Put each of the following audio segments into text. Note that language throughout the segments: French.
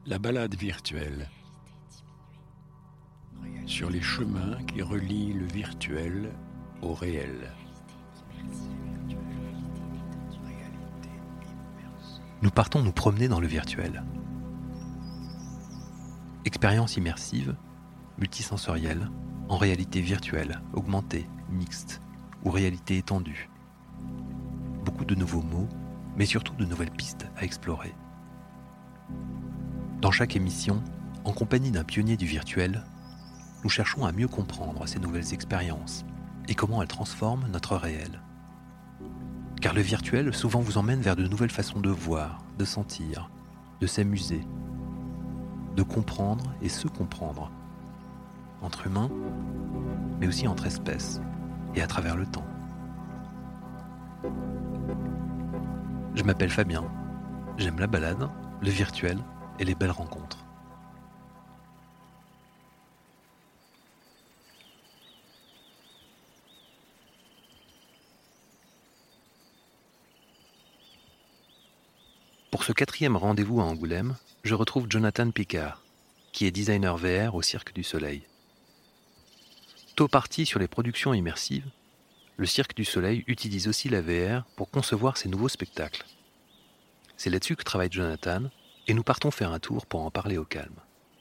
La balade virtuelle. Sur les chemins qui relient le virtuel au réel. Nous partons nous promener dans le virtuel. Expérience immersive, multisensorielle, en réalité virtuelle, augmentée, mixte ou réalité étendue. Beaucoup de nouveaux mots, mais surtout de nouvelles pistes à explorer. Dans chaque émission, en compagnie d'un pionnier du virtuel, nous cherchons à mieux comprendre ces nouvelles expériences et comment elles transforment notre réel. Car le virtuel souvent vous emmène vers de nouvelles façons de voir, de sentir, de s'amuser, de comprendre et se comprendre, entre humains, mais aussi entre espèces et à travers le temps. Je m'appelle Fabien, j'aime la balade, le virtuel et les belles rencontres. Pour ce 4e rendez-vous à Angoulême, je retrouve Jonathan Picard, qui est designer VR au Cirque du Soleil. Tôt parti sur les productions immersives, le Cirque du Soleil utilise aussi la VR pour concevoir ses nouveaux spectacles. C'est là-dessus que travaille Jonathan, et nous partons faire un tour pour en parler au calme.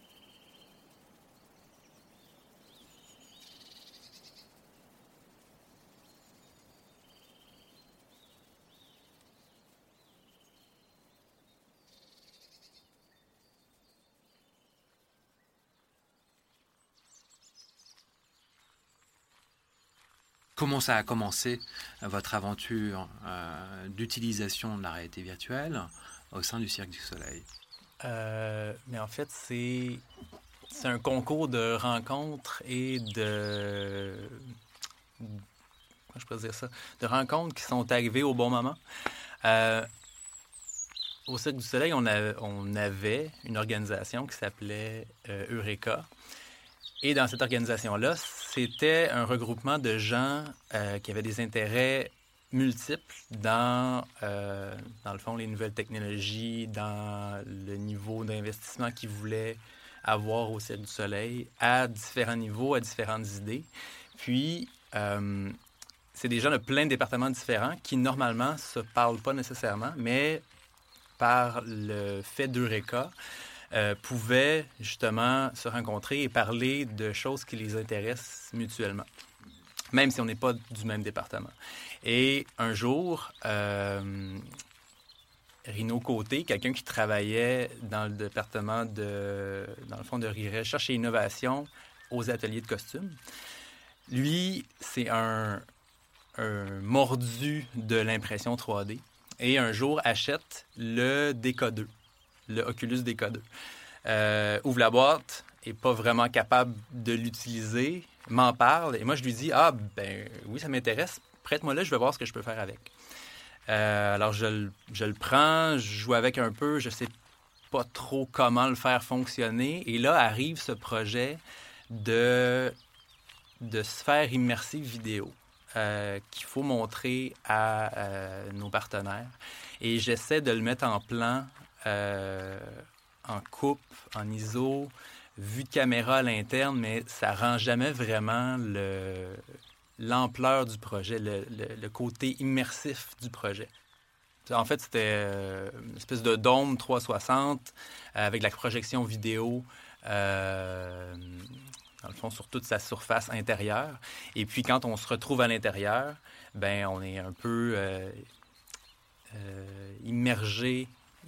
Comment ça a commencé votre aventure d'utilisation de la réalité virtuelle au sein du Cirque du Soleil? Mais en fait, c'est un concours de rencontres et de... Comment je peux dire ça? De rencontres qui sont arrivées au bon moment. Au Cirque du Soleil, on avait une organisation qui s'appelait Eureka. Et dans cette organisation-là, c'était un regroupement de gens qui avaient des intérêts multiples dans le fond, les nouvelles technologies, dans le niveau d'investissement qu'ils voulaient avoir au Cirque du Soleil, à différents niveaux, à différentes idées. Puis, c'est des gens de plein de départements différents qui, normalement, ne se parlent pas nécessairement, mais par le fait d'Eureka, pouvaient justement se rencontrer et parler de choses qui les intéressent mutuellement, même si on n'est pas du même département. Et un jour, Rino Côté, quelqu'un qui travaillait dans le département dans le fond de recherche et innovation aux ateliers de costumes, lui, c'est un mordu de l'impression 3D, et un jour achète le DK2. Le Oculus DK2. Ouvre la boîte, n'est pas vraiment capable de l'utiliser, m'en parle, et moi je lui dis « Ah, ben oui, ça m'intéresse, prête-moi-le, je vais voir ce que je peux faire avec. » Alors je le prends, je joue avec un peu, je sais pas trop comment le faire fonctionner, et là arrive ce projet de sphère immersive vidéo qu'il faut montrer à nos partenaires. Et j'essaie de le mettre en plan en coupe, en ISO, vue de caméra à l'interne, mais ça rend jamais vraiment l'ampleur du projet, le côté immersif du projet. En fait, c'était une espèce de dôme 360 avec la projection vidéo dans le fond sur toute sa surface intérieure. Et puis, quand on se retrouve à l'intérieur, ben on est un peu immergé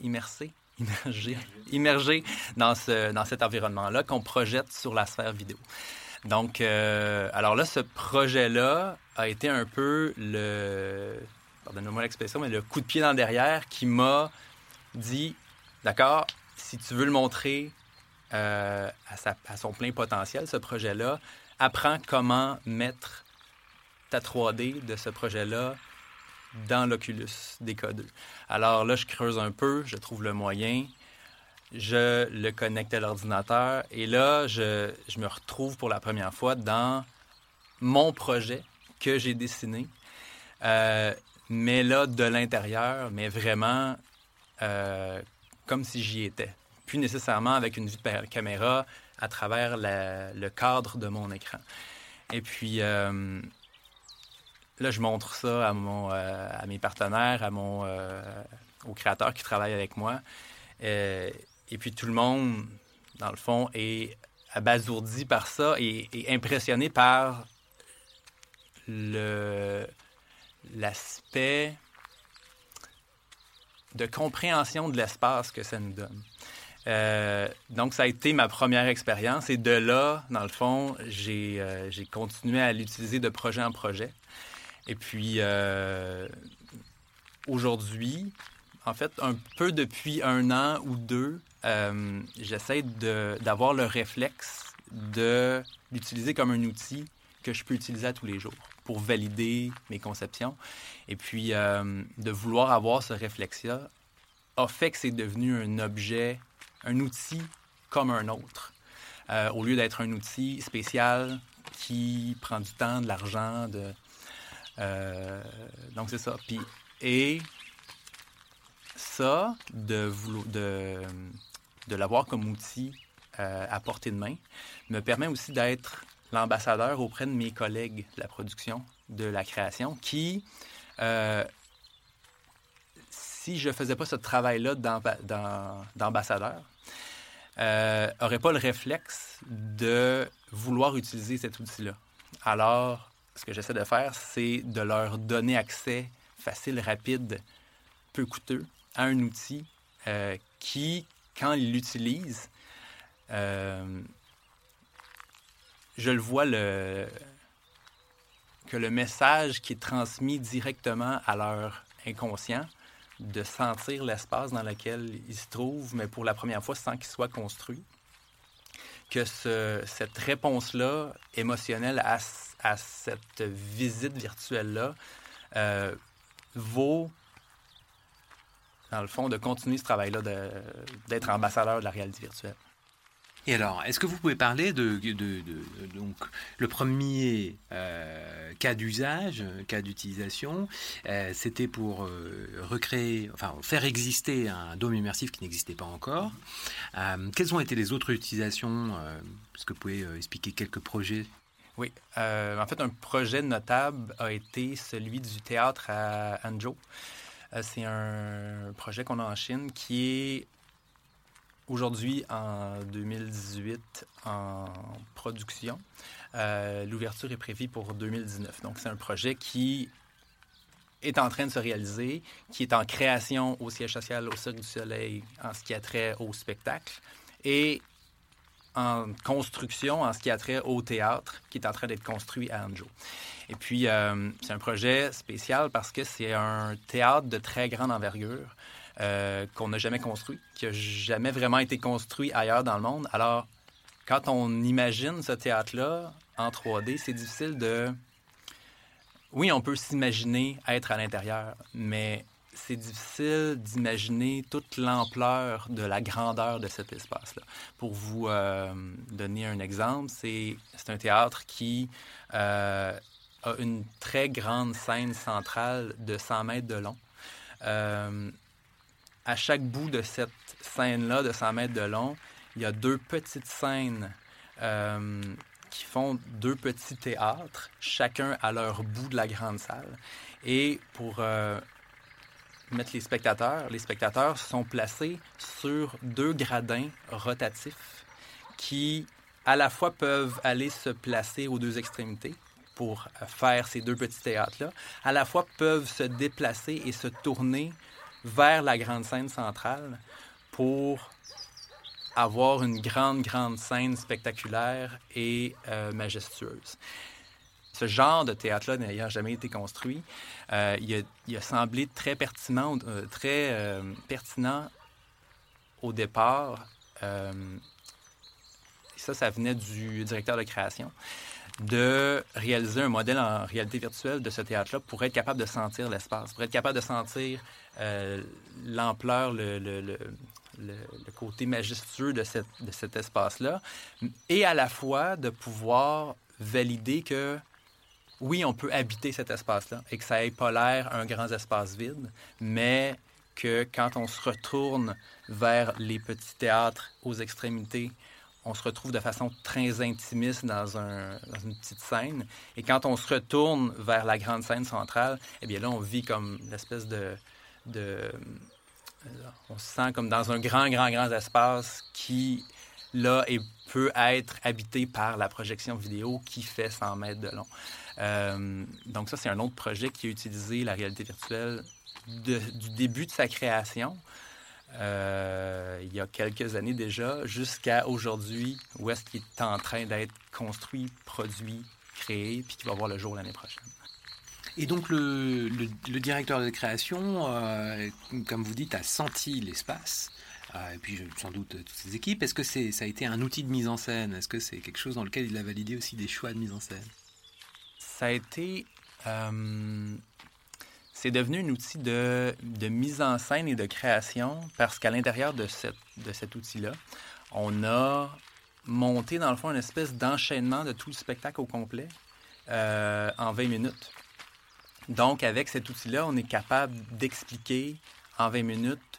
dans cet environnement-là qu'on projette sur la sphère vidéo. Donc, alors là, ce projet-là a été un peu pardonnez-moi l'expression, mais le coup de pied dans le derrière qui m'a dit, d'accord, si tu veux le montrer à son plein potentiel, ce projet-là, apprends comment mettre ta 3D de ce projet-là dans l'Oculus DK2. Alors là, je creuse un peu, je trouve le moyen, je le connecte à l'ordinateur et là, je me retrouve pour la première fois dans mon projet que j'ai dessiné, mais là, de l'intérieur, mais vraiment comme si j'y étais. plus nécessairement avec une vue de caméra à travers le cadre de mon écran. Et puis, là, je montre ça à mes partenaires, aux créateurs qui travaillent avec moi. Et puis, tout le monde, dans le fond, est abasourdi par ça et impressionné par l'aspect de compréhension de l'espace que ça nous donne. Donc, ça a été ma première expérience. Et de là, dans le fond, j'ai continué à l'utiliser de projet en projet. Et puis, aujourd'hui, en fait, un peu depuis 1 an ou 2, j'essaie d'avoir le réflexe de l'utiliser comme un outil que je peux utiliser à tous les jours pour valider mes conceptions. Et puis, de vouloir avoir ce réflexe-là a fait que c'est devenu un objet, un outil comme un autre, au lieu d'être un outil spécial qui prend du temps, de l'argent. Donc, c'est ça. Puis, et ça, de l'avoir comme outil à portée de main, me permet aussi d'être l'ambassadeur auprès de mes collègues de la production, de la création, qui, si je ne faisais pas ce travail-là d'ambassadeur, n'auraient pas le réflexe de vouloir utiliser cet outil-là. Alors, ce que j'essaie de faire, c'est de leur donner accès facile, rapide, peu coûteux à un outil qui, quand ils l'utilisent, je le vois que le message qui est transmis directement à leur inconscient, de sentir l'espace dans lequel ils se trouvent, mais pour la première fois sans qu'il soit construit, que cette réponse-là émotionnelle à cette visite virtuelle-là vaut, dans le fond, de continuer ce travail-là, d'être ambassadeur de la réalité virtuelle. Et alors, est-ce que vous pouvez parler donc le premier cas d'usage, cas d'utilisation, c'était pour faire exister un dôme immersif qui n'existait pas encore. Quelles ont été les autres utilisations? Est-ce que vous pouvez expliquer quelques projets? Oui. En fait, un projet notable a été celui du théâtre à Hangzhou. C'est un projet qu'on a en Chine qui est aujourd'hui, en 2018, en production. L'ouverture est prévue pour 2019. Donc, c'est un projet qui est en train de se réaliser, qui est en création au siège social, au Cirque du Soleil, en ce qui a trait au spectacle, et en construction, en ce qui a trait au théâtre, qui est en train d'être construit à Hangzhou. Et puis, c'est un projet spécial parce que c'est un théâtre de très grande envergure, qu'on n'a jamais construit, qui n'a jamais vraiment été construit ailleurs dans le monde. Alors, quand on imagine ce théâtre-là en 3D, c'est difficile de... Oui, on peut s'imaginer être à l'intérieur, mais c'est difficile d'imaginer toute l'ampleur de la grandeur de cet espace-là. Pour vous donner un exemple, c'est un théâtre qui a une très grande scène centrale de 100 mètres de long. À chaque bout de cette scène-là, de 100 mètres de long, il y a 2 petites scènes qui font 2 petits théâtres, chacun à leur bout de la grande salle. Et pour mettre les spectateurs sont placés sur 2 gradins rotatifs qui, à la fois, peuvent aller se placer aux 2 extrémités pour faire ces 2 petits théâtres-là, à la fois peuvent se déplacer et se tourner vers la grande scène centrale pour avoir une grande scène spectaculaire et majestueuse. Ce genre de théâtre-là n'ayant jamais été construit, il a semblé très pertinent au départ. Ça venait du directeur de création, de réaliser un modèle en réalité virtuelle de ce théâtre-là pour être capable de sentir l'espace, pour être capable de sentir l'ampleur, le côté majestueux de cet espace-là, et à la fois de pouvoir valider que, oui, on peut habiter cet espace-là et que ça n'ait pas l'air un grand espace vide, mais que quand on se retourne vers les petits théâtres aux extrémités, on se retrouve de façon très intimiste dans une petite scène. Et quand on se retourne vers la grande scène centrale, eh bien là, on vit comme l'espèce on se sent comme dans un grand espace qui, là, peut être habité par la projection vidéo qui fait 100 mètres de long. Donc ça, c'est un autre projet qui a utilisé la réalité virtuelle du début de sa création, il y a quelques années déjà, jusqu'à aujourd'hui, où est-ce qu'il est en train d'être construit, produit, créé, puis qui va voir le jour l'année prochaine. Et donc, le directeur de création, comme vous dites, a senti l'espace, et puis sans doute toutes ses équipes. Est-ce que ça a été un outil de mise en scène? Est-ce que c'est quelque chose dans lequel il a validé aussi des choix de mise en scène? Ça a été... c'est devenu un outil de mise en scène et de création parce qu'à l'intérieur de cet outil-là, on a monté, dans le fond, une espèce d'enchaînement de tout le spectacle au complet en 20 minutes. Donc, avec cet outil-là, on est capable d'expliquer en 20 minutes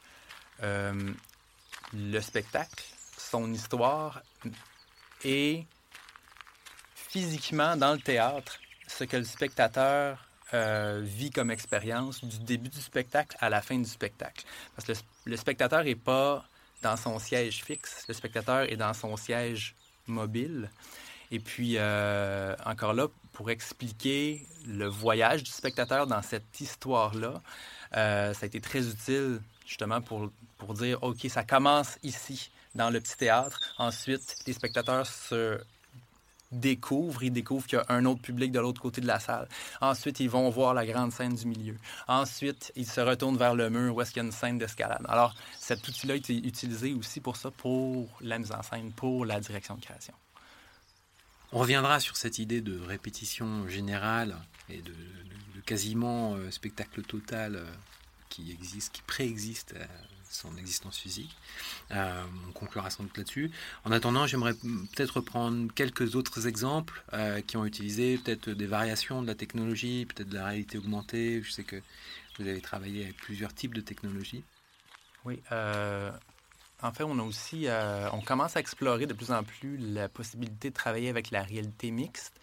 le spectacle, son histoire et physiquement, dans le théâtre, ce que le spectateur vit comme expérience du début du spectacle à la fin du spectacle. Parce que le spectateur n'est pas dans son siège fixe, le spectateur est dans son siège mobile. Et puis, encore là, pour expliquer le voyage du spectateur dans cette histoire-là, ça a été très utile, justement, pour dire, OK, ça commence ici, dans le petit théâtre. Ensuite, les spectateurs ils découvrent qu'il y a un autre public de l'autre côté de la salle. Ensuite, ils vont voir la grande scène du milieu. Ensuite, ils se retournent vers le mur où est-ce qu'il y a une scène d'escalade. Alors, cet outil-là a été utilisé aussi pour ça, pour la mise en scène, pour la direction de création. On reviendra sur cette idée de répétition générale et de quasiment spectacle total qui préexiste à son existence physique. On conclura sans doute là-dessus. En attendant, j'aimerais peut-être reprendre quelques autres exemples qui ont utilisé peut-être des variations de la technologie, peut-être de la réalité augmentée. Je sais que vous avez travaillé avec plusieurs types de technologies. Oui. En fait, on commence à explorer de plus en plus la possibilité de travailler avec la réalité mixte.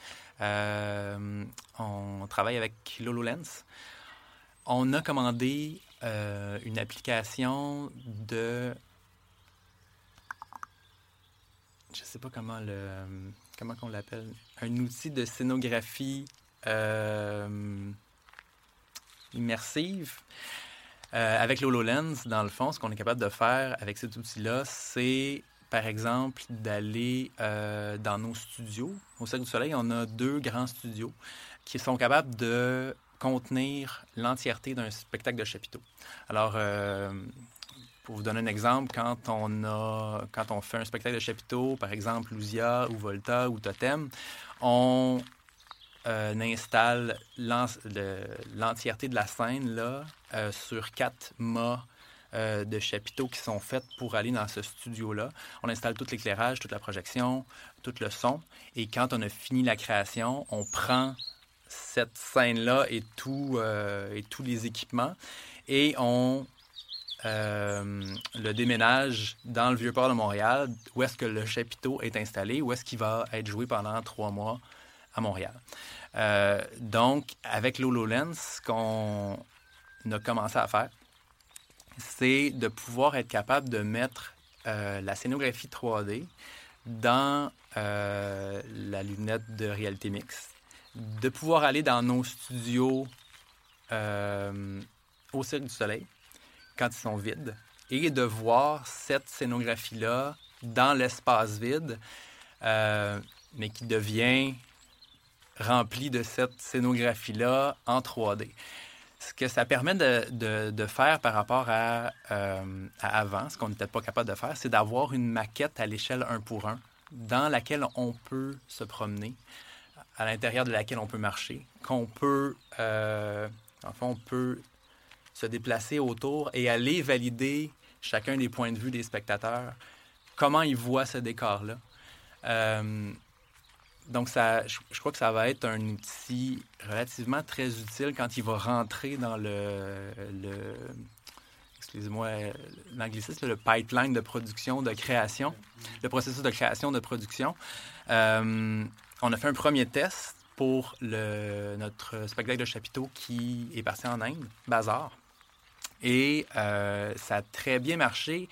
On travaille avec HoloLens. On a commandé une application de... Je ne sais pas comment on l'appelle. Un outil de scénographie immersive. Avec l'HoloLens, dans le fond, ce qu'on est capable de faire avec cet outil-là, c'est, par exemple, d'aller dans nos studios. Au Cirque du Soleil, on a 2 grands studios qui sont capables de contenir l'entièreté d'un spectacle de chapiteaux. Alors, pour vous donner un exemple, quand on fait un spectacle de chapiteaux, par exemple Lusia ou Volta ou Totem, on installe l'entièreté de la scène là, sur 4 mâts de chapiteaux qui sont faits pour aller dans ce studio-là. On installe tout l'éclairage, toute la projection, tout le son. Et quand on a fini la création, on prend cette scène-là et tous les équipements et on le déménage dans le Vieux-Port de Montréal, où est-ce que le chapiteau est installé, où est-ce qu'il va être joué pendant 3 mois à Montréal. Donc, avec l'HoloLens, ce qu'on a commencé à faire, c'est de pouvoir être capable de mettre la scénographie 3D dans la lunette de réalité mixte, de pouvoir aller dans nos studios au Cirque du Soleil, quand ils sont vides, et de voir cette scénographie-là dans l'espace vide, mais qui devient remplie de cette scénographie-là en 3D. Ce que ça permet de faire par rapport à avant, ce qu'on n'était pas capable de faire, c'est d'avoir une maquette à l'échelle 1 pour 1 dans laquelle on peut se promener, à l'intérieur de laquelle on peut marcher, qu'on peut, on peut se déplacer autour et aller valider chacun des points de vue des spectateurs, comment ils voient ce décor-là. Donc, je crois que ça va être un outil relativement très utile quand il va rentrer dans excusez-moi l'anglicisme, le pipeline de production, de création, le processus de création, de production. On a fait un premier test pour notre spectacle de chapiteaux qui est parti en Inde, Bazar. Et ça a très bien marché,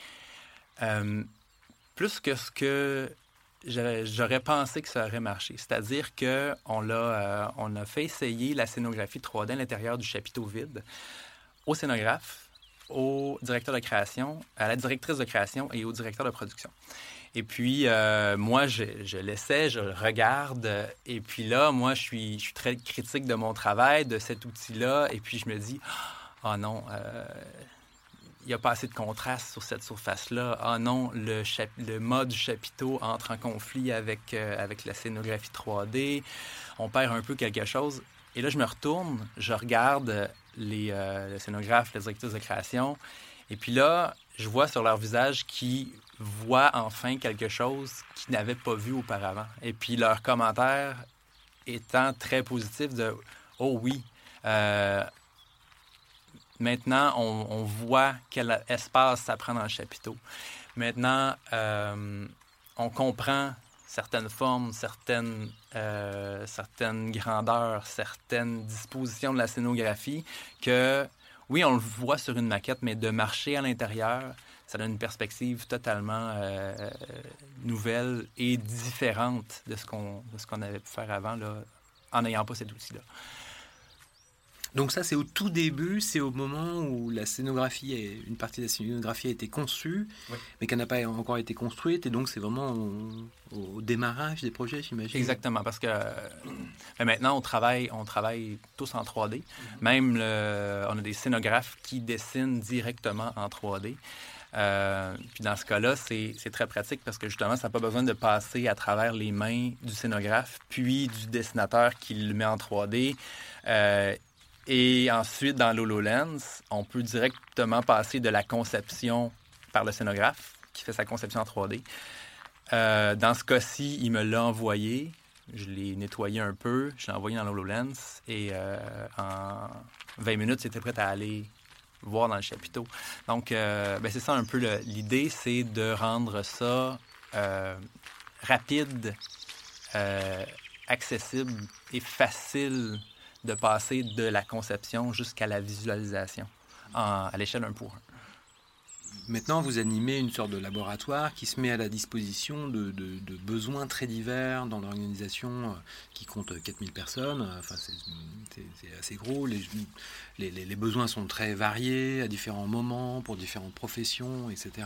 plus que ce que j'aurais pensé que ça aurait marché. C'est-à-dire qu'on a fait essayer la scénographie 3D à l'intérieur du chapiteau vide au scénographe, au directeur de création, à la directrice de création et au directeur de production. Et puis, moi, je l'essaie, je le regarde. Et puis là, moi, je suis très critique de mon travail, de cet outil-là. Et puis, je me dis, oh non, il n'y a pas assez de contraste sur cette surface-là. Ah non, le mode du chapiteau entre en conflit avec la scénographie 3D. On perd un peu quelque chose. Et là, je me retourne, je regarde les scénographes, les directrices de création. Et puis là, je vois sur leur visage qu'ils voient enfin quelque chose qu'ils n'avaient pas vu auparavant. Et puis leur commentaire étant très positif de « Oh oui, maintenant, on voit quel espace ça prend dans le chapiteau. Maintenant, on comprend certaines formes, certaines grandeurs, certaines dispositions de la scénographie que, oui, on le voit sur une maquette, mais de marcher à l'intérieur, ça donne une perspective totalement nouvelle et différente de ce qu'on avait pu faire avant, là, en n'ayant pas cet outil-là. Donc ça, c'est au tout début, c'est au moment où une partie de la scénographie a été conçue, oui, mais qu'elle n'a pas encore été construite, et donc c'est vraiment au démarrage des projets, j'imagine. Exactement, parce que maintenant, on travaille tous en 3D. Mm-hmm. Même, on a des scénographes qui dessinent directement en 3D. Puis dans ce cas-là, c'est très pratique parce que justement, ça n'a pas besoin de passer à travers les mains du scénographe, puis du dessinateur qui le met en 3D. Et ensuite, dans l'HoloLens, on peut directement passer de la conception par le scénographe qui fait sa conception en 3D. Dans ce cas-ci, il me l'a envoyé. Je l'ai nettoyé un peu. Je l'ai envoyé dans l'HoloLens. Et en 20 minutes, c'était prêt à aller voir dans le chapiteau. Donc, c'est ça un peu l'idée, c'est de rendre ça rapide, accessible et facile de passer de la conception jusqu'à la visualisation à l'échelle 1 pour 1. Maintenant, vous animez une sorte de laboratoire qui se met à la disposition de besoins très divers dans l'organisation qui compte 4000 personnes. Enfin, c'est assez gros. Les besoins sont très variés à différents moments, pour différentes professions, etc.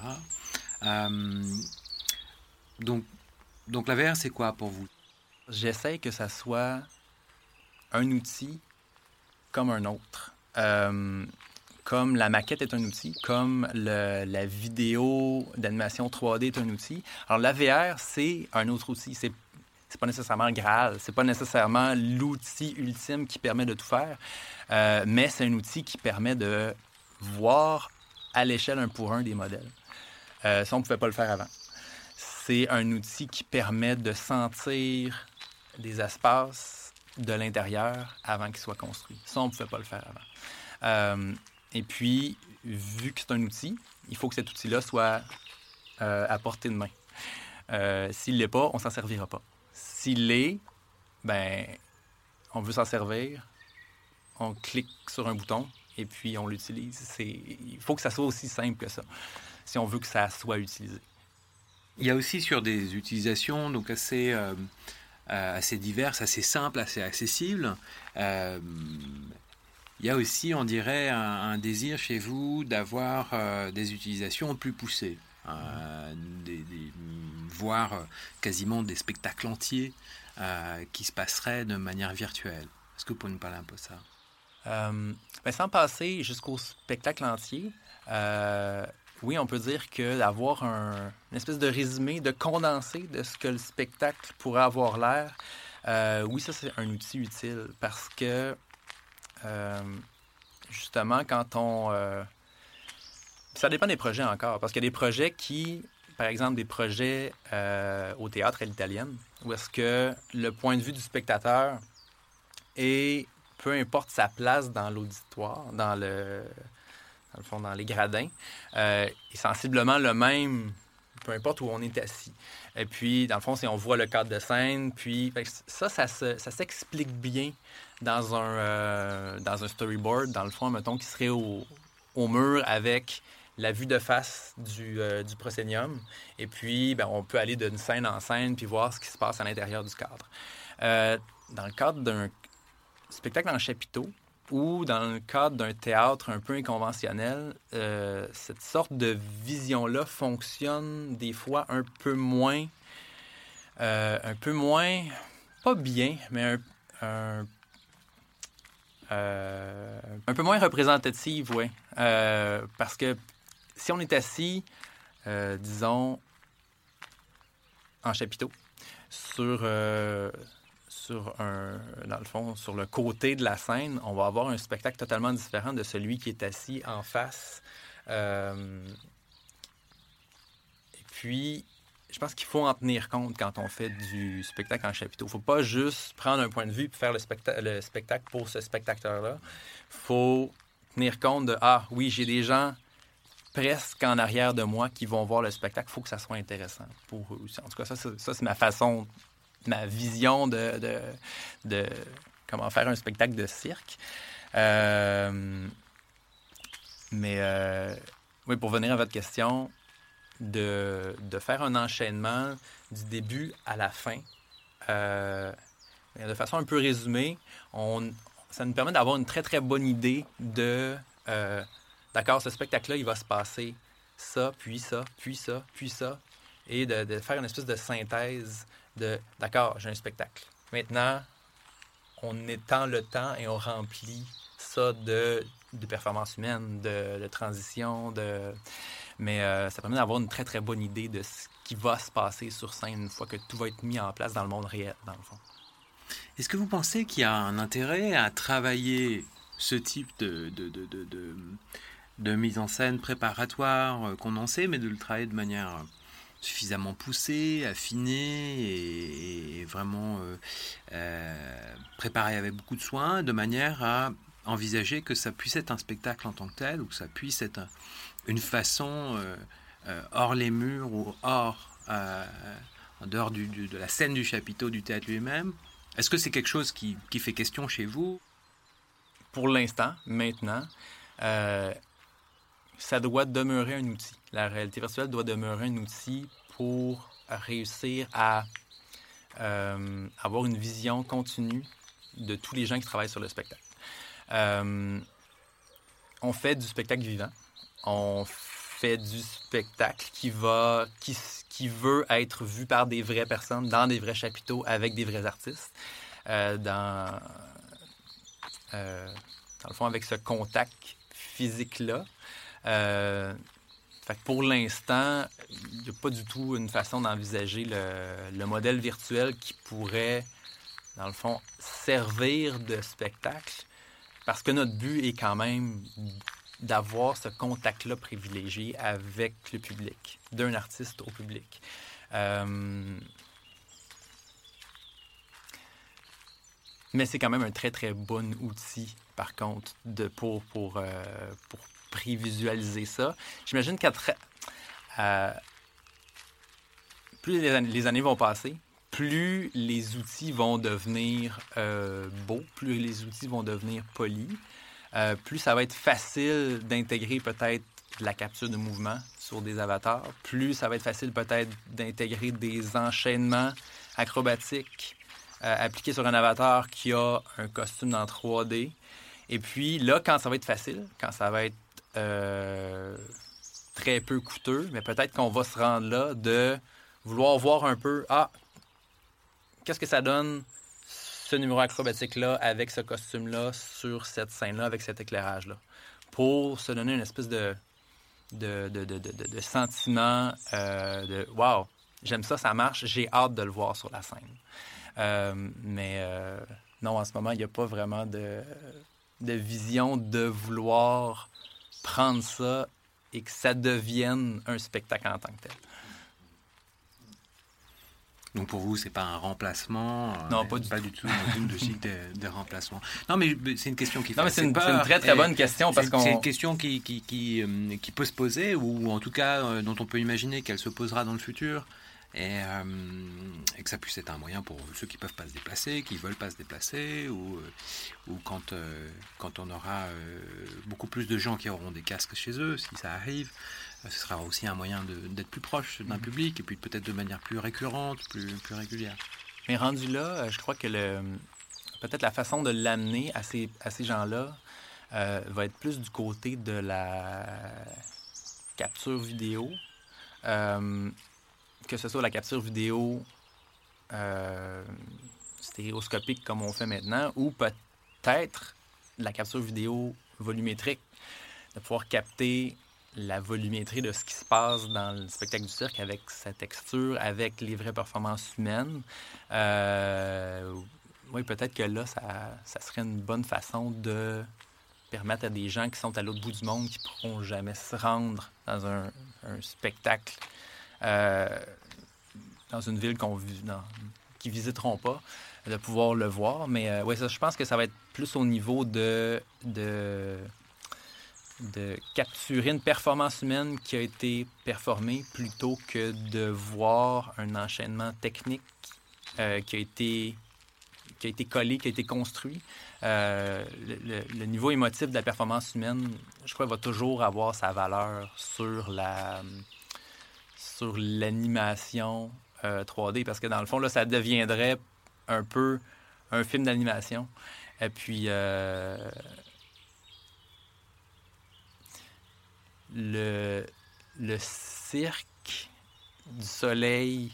Donc la VR, c'est quoi pour vous? J'essaie que ça soit un outil comme un autre. Comme la maquette est un outil, comme la vidéo d'animation 3D est un outil. Alors, la VR, c'est un autre outil. C'est pas nécessairement le Graal. C'est pas nécessairement l'outil ultime qui permet de tout faire. Mais c'est un outil qui permet de voir à l'échelle 1 pour 1 des modèles. Ça, on ne pouvait pas le faire avant. C'est un outil qui permet de sentir des espaces de l'intérieur avant qu'ils soient construits. Ça, on ne pouvait pas le faire avant. Et puis, vu que c'est un outil, il faut que cet outil-là soit à portée de main. S'il ne l'est pas, on ne s'en servira pas. S'il l'est, on veut s'en servir, on clique sur un bouton et puis on l'utilise. Il faut que ça soit aussi simple que ça, si on veut que ça soit utilisé. Il y a aussi sur des utilisations donc assez diverses, assez simples, assez accessibles. Il y a aussi, on dirait, un désir chez vous d'avoir des utilisations plus poussées, voire quasiment des spectacles entiers qui se passeraient de manière virtuelle. Est-ce que vous pouvez nous parler un peu de ça? Sans passer jusqu'au spectacle entier, oui, on peut dire que d'avoir une espèce de résumé, de condensé de ce que le spectacle pourrait avoir l'air, oui, ça, c'est un outil utile parce que justement, quand ça dépend des projets encore, parce qu'il y a des projets qui, par exemple, des projets au théâtre à l'italienne, où est-ce que le point de vue du spectateur est, peu importe sa place dans l'auditoire, dans le fond, dans les gradins, est sensiblement le même, peu importe où on est assis. Et puis, dans le fond, si on voit le cadre de scène, puis ça s'explique bien dans un storyboard, dans le fond, mettons, qui serait au mur avec la vue de face du proscénium. Et puis, on peut aller d'une scène en scène puis voir ce qui se passe à l'intérieur du cadre. Dans le cadre d'un spectacle en chapiteau ou dans le cadre d'un théâtre un peu inconventionnel, cette sorte de vision-là fonctionne des fois un peu moins, pas bien, mais un peu moins représentative, oui. Parce que si on est assis, disons, en chapiteau, dans le fond, sur le côté de la scène, on va avoir un spectacle totalement différent de celui qui est assis en face. Et puis, je pense qu'il faut en tenir compte quand on fait du spectacle en chapiteau. Il ne faut pas juste prendre un point de vue et faire le spectacle pour ce spectateur-là. Il faut tenir compte de « Ah, oui, j'ai des gens presque en arrière de moi qui vont voir le spectacle. Il faut que ça soit intéressant pour eux aussi. » En tout cas, ça c'est ma façon, ma vision de comment faire un spectacle de cirque. Oui, pour venir à votre question, de faire un enchaînement du début à la fin, de façon un peu résumée, ça nous permet d'avoir une très, très bonne idée de... d'accord, ce spectacle-là, il va se passer ça, puis ça, puis ça, puis ça, et de faire une espèce de synthèse de, d'accord, j'ai un spectacle. Maintenant, on étend le temps et on remplit ça de performances humaines, de transition, mais ça permet d'avoir une très, très bonne idée de ce qui va se passer sur scène une fois que tout va être mis en place dans le monde réel, dans le fond. Est-ce que vous pensez qu'il y a un intérêt à travailler ce type de mise en scène préparatoire, condensée, mais de le travailler de manière suffisamment poussée, affinée et vraiment préparée avec beaucoup de soin, de manière à envisager que ça puisse être un spectacle en tant que tel, ou que ça puisse être une façon hors les murs ou en dehors de la scène du chapiteau du théâtre lui-même? Est-ce que c'est quelque chose qui fait question chez vous? Pour l'instant, maintenant, ça doit demeurer un outil. La réalité virtuelle doit demeurer un outil pour réussir à avoir une vision continue de tous les gens qui travaillent sur le spectacle. On fait du spectacle vivant. On fait du spectacle qui veut être vu par des vraies personnes, dans des vrais chapiteaux, avec des vrais artistes. Dans le fond, avec ce contact physique-là. Fait que pour l'instant, il n'y a pas du tout une façon d'envisager le modèle virtuel qui pourrait, dans le fond, servir de spectacle, parce que notre but est quand même d'avoir ce contact-là privilégié avec le public, d'un artiste au public. Mais c'est quand même un très, très bon outil, par contre, pour prévisualiser ça. J'imagine plus les années vont passer, plus les outils vont devenir beaux, plus les outils vont devenir polis, plus ça va être facile d'intégrer peut-être de la capture de mouvement sur des avatars, plus ça va être facile peut-être d'intégrer des enchaînements acrobatiques appliqués sur un avatar qui a un costume dans 3D. Et puis là, quand ça va être facile, quand ça va être très peu coûteux, mais peut-être qu'on va se rendre là de vouloir voir un peu, qu'est-ce que ça donne, ce numéro acrobatique-là, avec ce costume-là, sur cette scène-là, avec cet éclairage-là, pour se donner une espèce de sentiment de « Wow, j'aime ça, ça marche, j'ai hâte de le voir sur la scène. » Mais non, en ce moment, il n'y a pas vraiment de vision de vouloir prendre ça et que ça devienne un spectacle en tant que tel. Donc pour vous, c'est pas un remplacement? Non, pas du tout. De cycle de remplacement. Non, mais c'est une question qui fait c'est une peur. très très bonne question parce c'est une question qui peut se poser, ou en tout cas dont on peut imaginer qu'elle se posera dans le futur, et que ça puisse être un moyen pour ceux qui peuvent pas se déplacer, qui veulent pas se déplacer, ou quand on aura beaucoup plus de gens qui auront des casques chez eux, si ça arrive. Ce sera aussi un moyen d'être plus proche d'un public, et puis peut-être de manière plus récurrente, plus régulière. Mais rendu là, je crois que peut-être la façon de l'amener à ces gens-là va être plus du côté de la capture vidéo, que ce soit la capture vidéo stéréoscopique comme on fait maintenant, ou peut-être la capture vidéo volumétrique, de pouvoir capter la volumétrie de ce qui se passe dans le spectacle du cirque avec sa texture, avec les vraies performances humaines. Oui, peut-être que là, ça serait une bonne façon de permettre à des gens qui sont à l'autre bout du monde, qui ne pourront jamais se rendre dans un spectacle dans une ville qu'ils ne visiteront pas, de pouvoir le voir. Mais oui, je pense que ça va être plus au niveau de capturer une performance humaine qui a été performée plutôt que de voir un enchaînement technique qui a été collé, qui a été construit. Le niveau émotif de la performance humaine, je crois, va toujours avoir sa valeur sur l'animation 3D, parce que dans le fond, là, ça deviendrait un peu un film d'animation. Et puis... Le cirque du Soleil,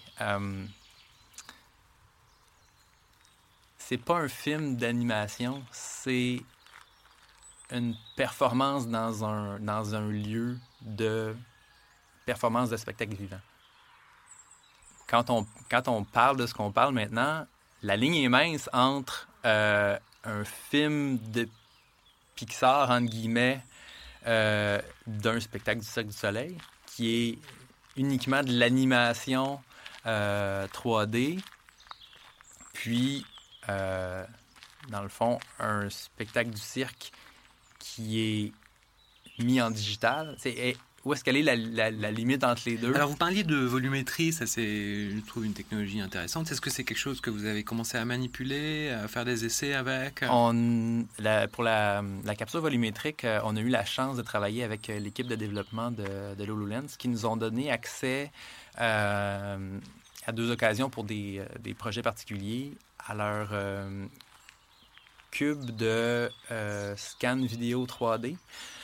c'est pas un film d'animation, c'est une performance dans un lieu de performance de spectacle vivant. Quand on parle de ce qu'on parle maintenant, la ligne est mince entre un film de Pixar, entre guillemets, d'un spectacle du Cirque du Soleil, qui est uniquement de l'animation 3D, puis, dans le fond, un spectacle du cirque qui est mis en digital. Où est-ce qu'elle est la limite entre les deux? Alors, vous parliez de volumétrie, ça c'est, je trouve, une technologie intéressante. Est-ce que c'est quelque chose que vous avez commencé à manipuler, à faire des essais avec? Pour la capture volumétrique, on a eu la chance de travailler avec l'équipe de développement de HoloLens, qui nous ont donné accès à 2 occasions pour des projets particuliers à leur cube de scan vidéo 3D.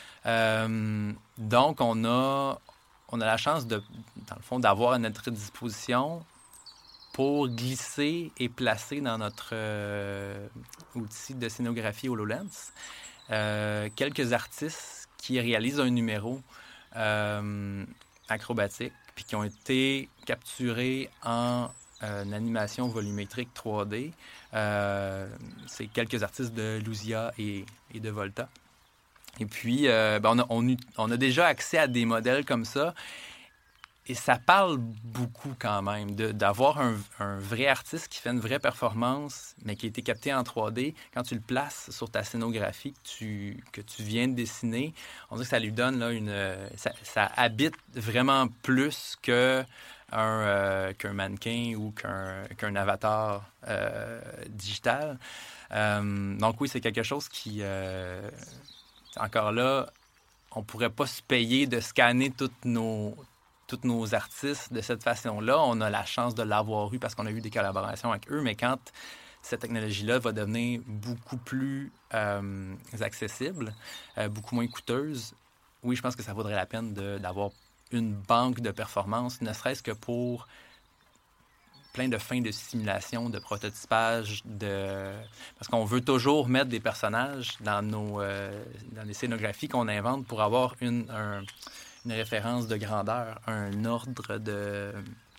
Donc, on a la chance dans le fond, d'avoir à notre disposition pour glisser et placer dans notre outil de scénographie HoloLens quelques artistes qui réalisent un numéro acrobatique puis qui ont été capturés en animation volumétrique 3D. C'est quelques artistes de Lucia et de Volta. Et puis, on a déjà accès à des modèles comme ça. Et ça parle beaucoup quand même d'avoir un vrai artiste qui fait une vraie performance, mais qui a été capté en 3D. Quand tu le places sur ta scénographie que tu viens de dessiner, on dirait que ça lui donne là, ça habite vraiment plus qu'un mannequin ou qu'un avatar digital. Donc oui, c'est quelque chose qui... encore là, on ne pourrait pas se payer de scanner tous nos artistes de cette façon-là. On a la chance de l'avoir eu parce qu'on a eu des collaborations avec eux, mais quand cette technologie-là va devenir beaucoup plus accessible, beaucoup moins coûteuse, oui, je pense que ça vaudrait la peine d'avoir une banque de performance, ne serait-ce que pour plein de fins de simulation, de prototypage, parce qu'on veut toujours mettre des personnages dans les scénographies qu'on invente pour avoir une référence de grandeur, un ordre de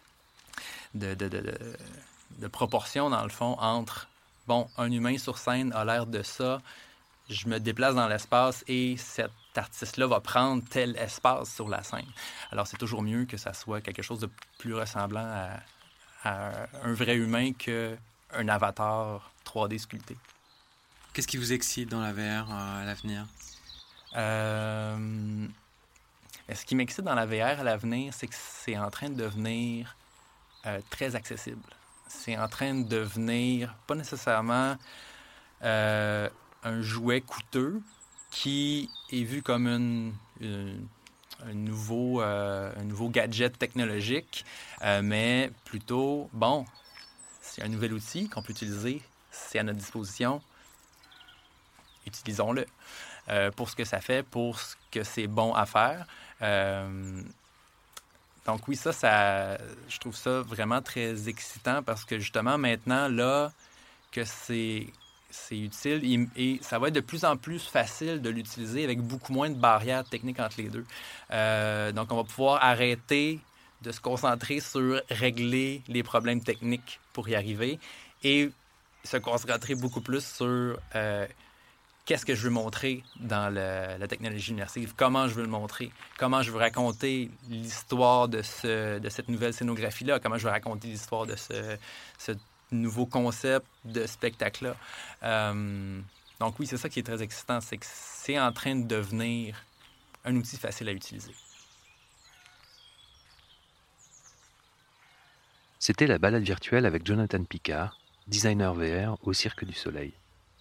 proportion, dans le fond, entre, un humain sur scène a l'air de ça, je me déplace dans l'espace et cet artiste-là va prendre tel espace sur la scène. Alors, c'est toujours mieux que ça soit quelque chose de plus ressemblant un vrai humain qu'un avatar 3D sculpté. Qu'est-ce qui vous excite dans la VR à l'avenir? Ce qui m'excite dans la VR à l'avenir, c'est que c'est en train de devenir très accessible. C'est en train de devenir, pas nécessairement un jouet coûteux qui est vu comme un nouveau gadget technologique, mais plutôt, bon, c'est un nouvel outil qu'on peut utiliser, c'est à notre disposition, utilisons-le pour ce que ça fait, pour ce que c'est bon à faire. Donc oui, je trouve ça vraiment très excitant parce que justement, maintenant, là, que c'est utile et ça va être de plus en plus facile de l'utiliser avec beaucoup moins de barrières techniques entre les deux. Donc, on va pouvoir arrêter de se concentrer sur régler les problèmes techniques pour y arriver et se concentrer beaucoup plus sur qu'est-ce que je veux montrer dans la technologie immersive, comment je veux le montrer, comment je veux raconter l'histoire de cette nouvelle scénographie-là, comment je veux raconter l'histoire de ce nouveau concept de spectacle-là. Donc oui, c'est ça qui est très excitant, c'est que c'est en train de devenir un outil facile à utiliser. C'était la balade virtuelle avec Jonathan Picard, designer VR au Cirque du Soleil.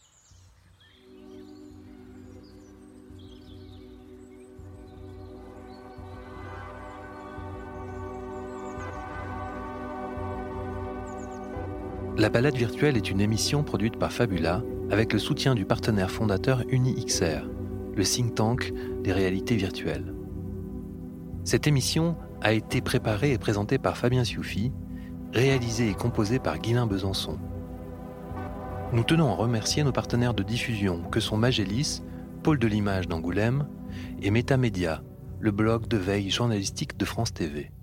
La balade virtuelle est une émission produite par Fabula avec le soutien du partenaire fondateur UniXR, le think tank des réalités virtuelles. Cette émission a été préparée et présentée par Fabien Sioufi, réalisée et composée par Guylain Besançon. Nous tenons à remercier nos partenaires de diffusion que sont Magélis, Pôle de l'image d'Angoulême et Métamédia, le blog de veille journalistique de France TV.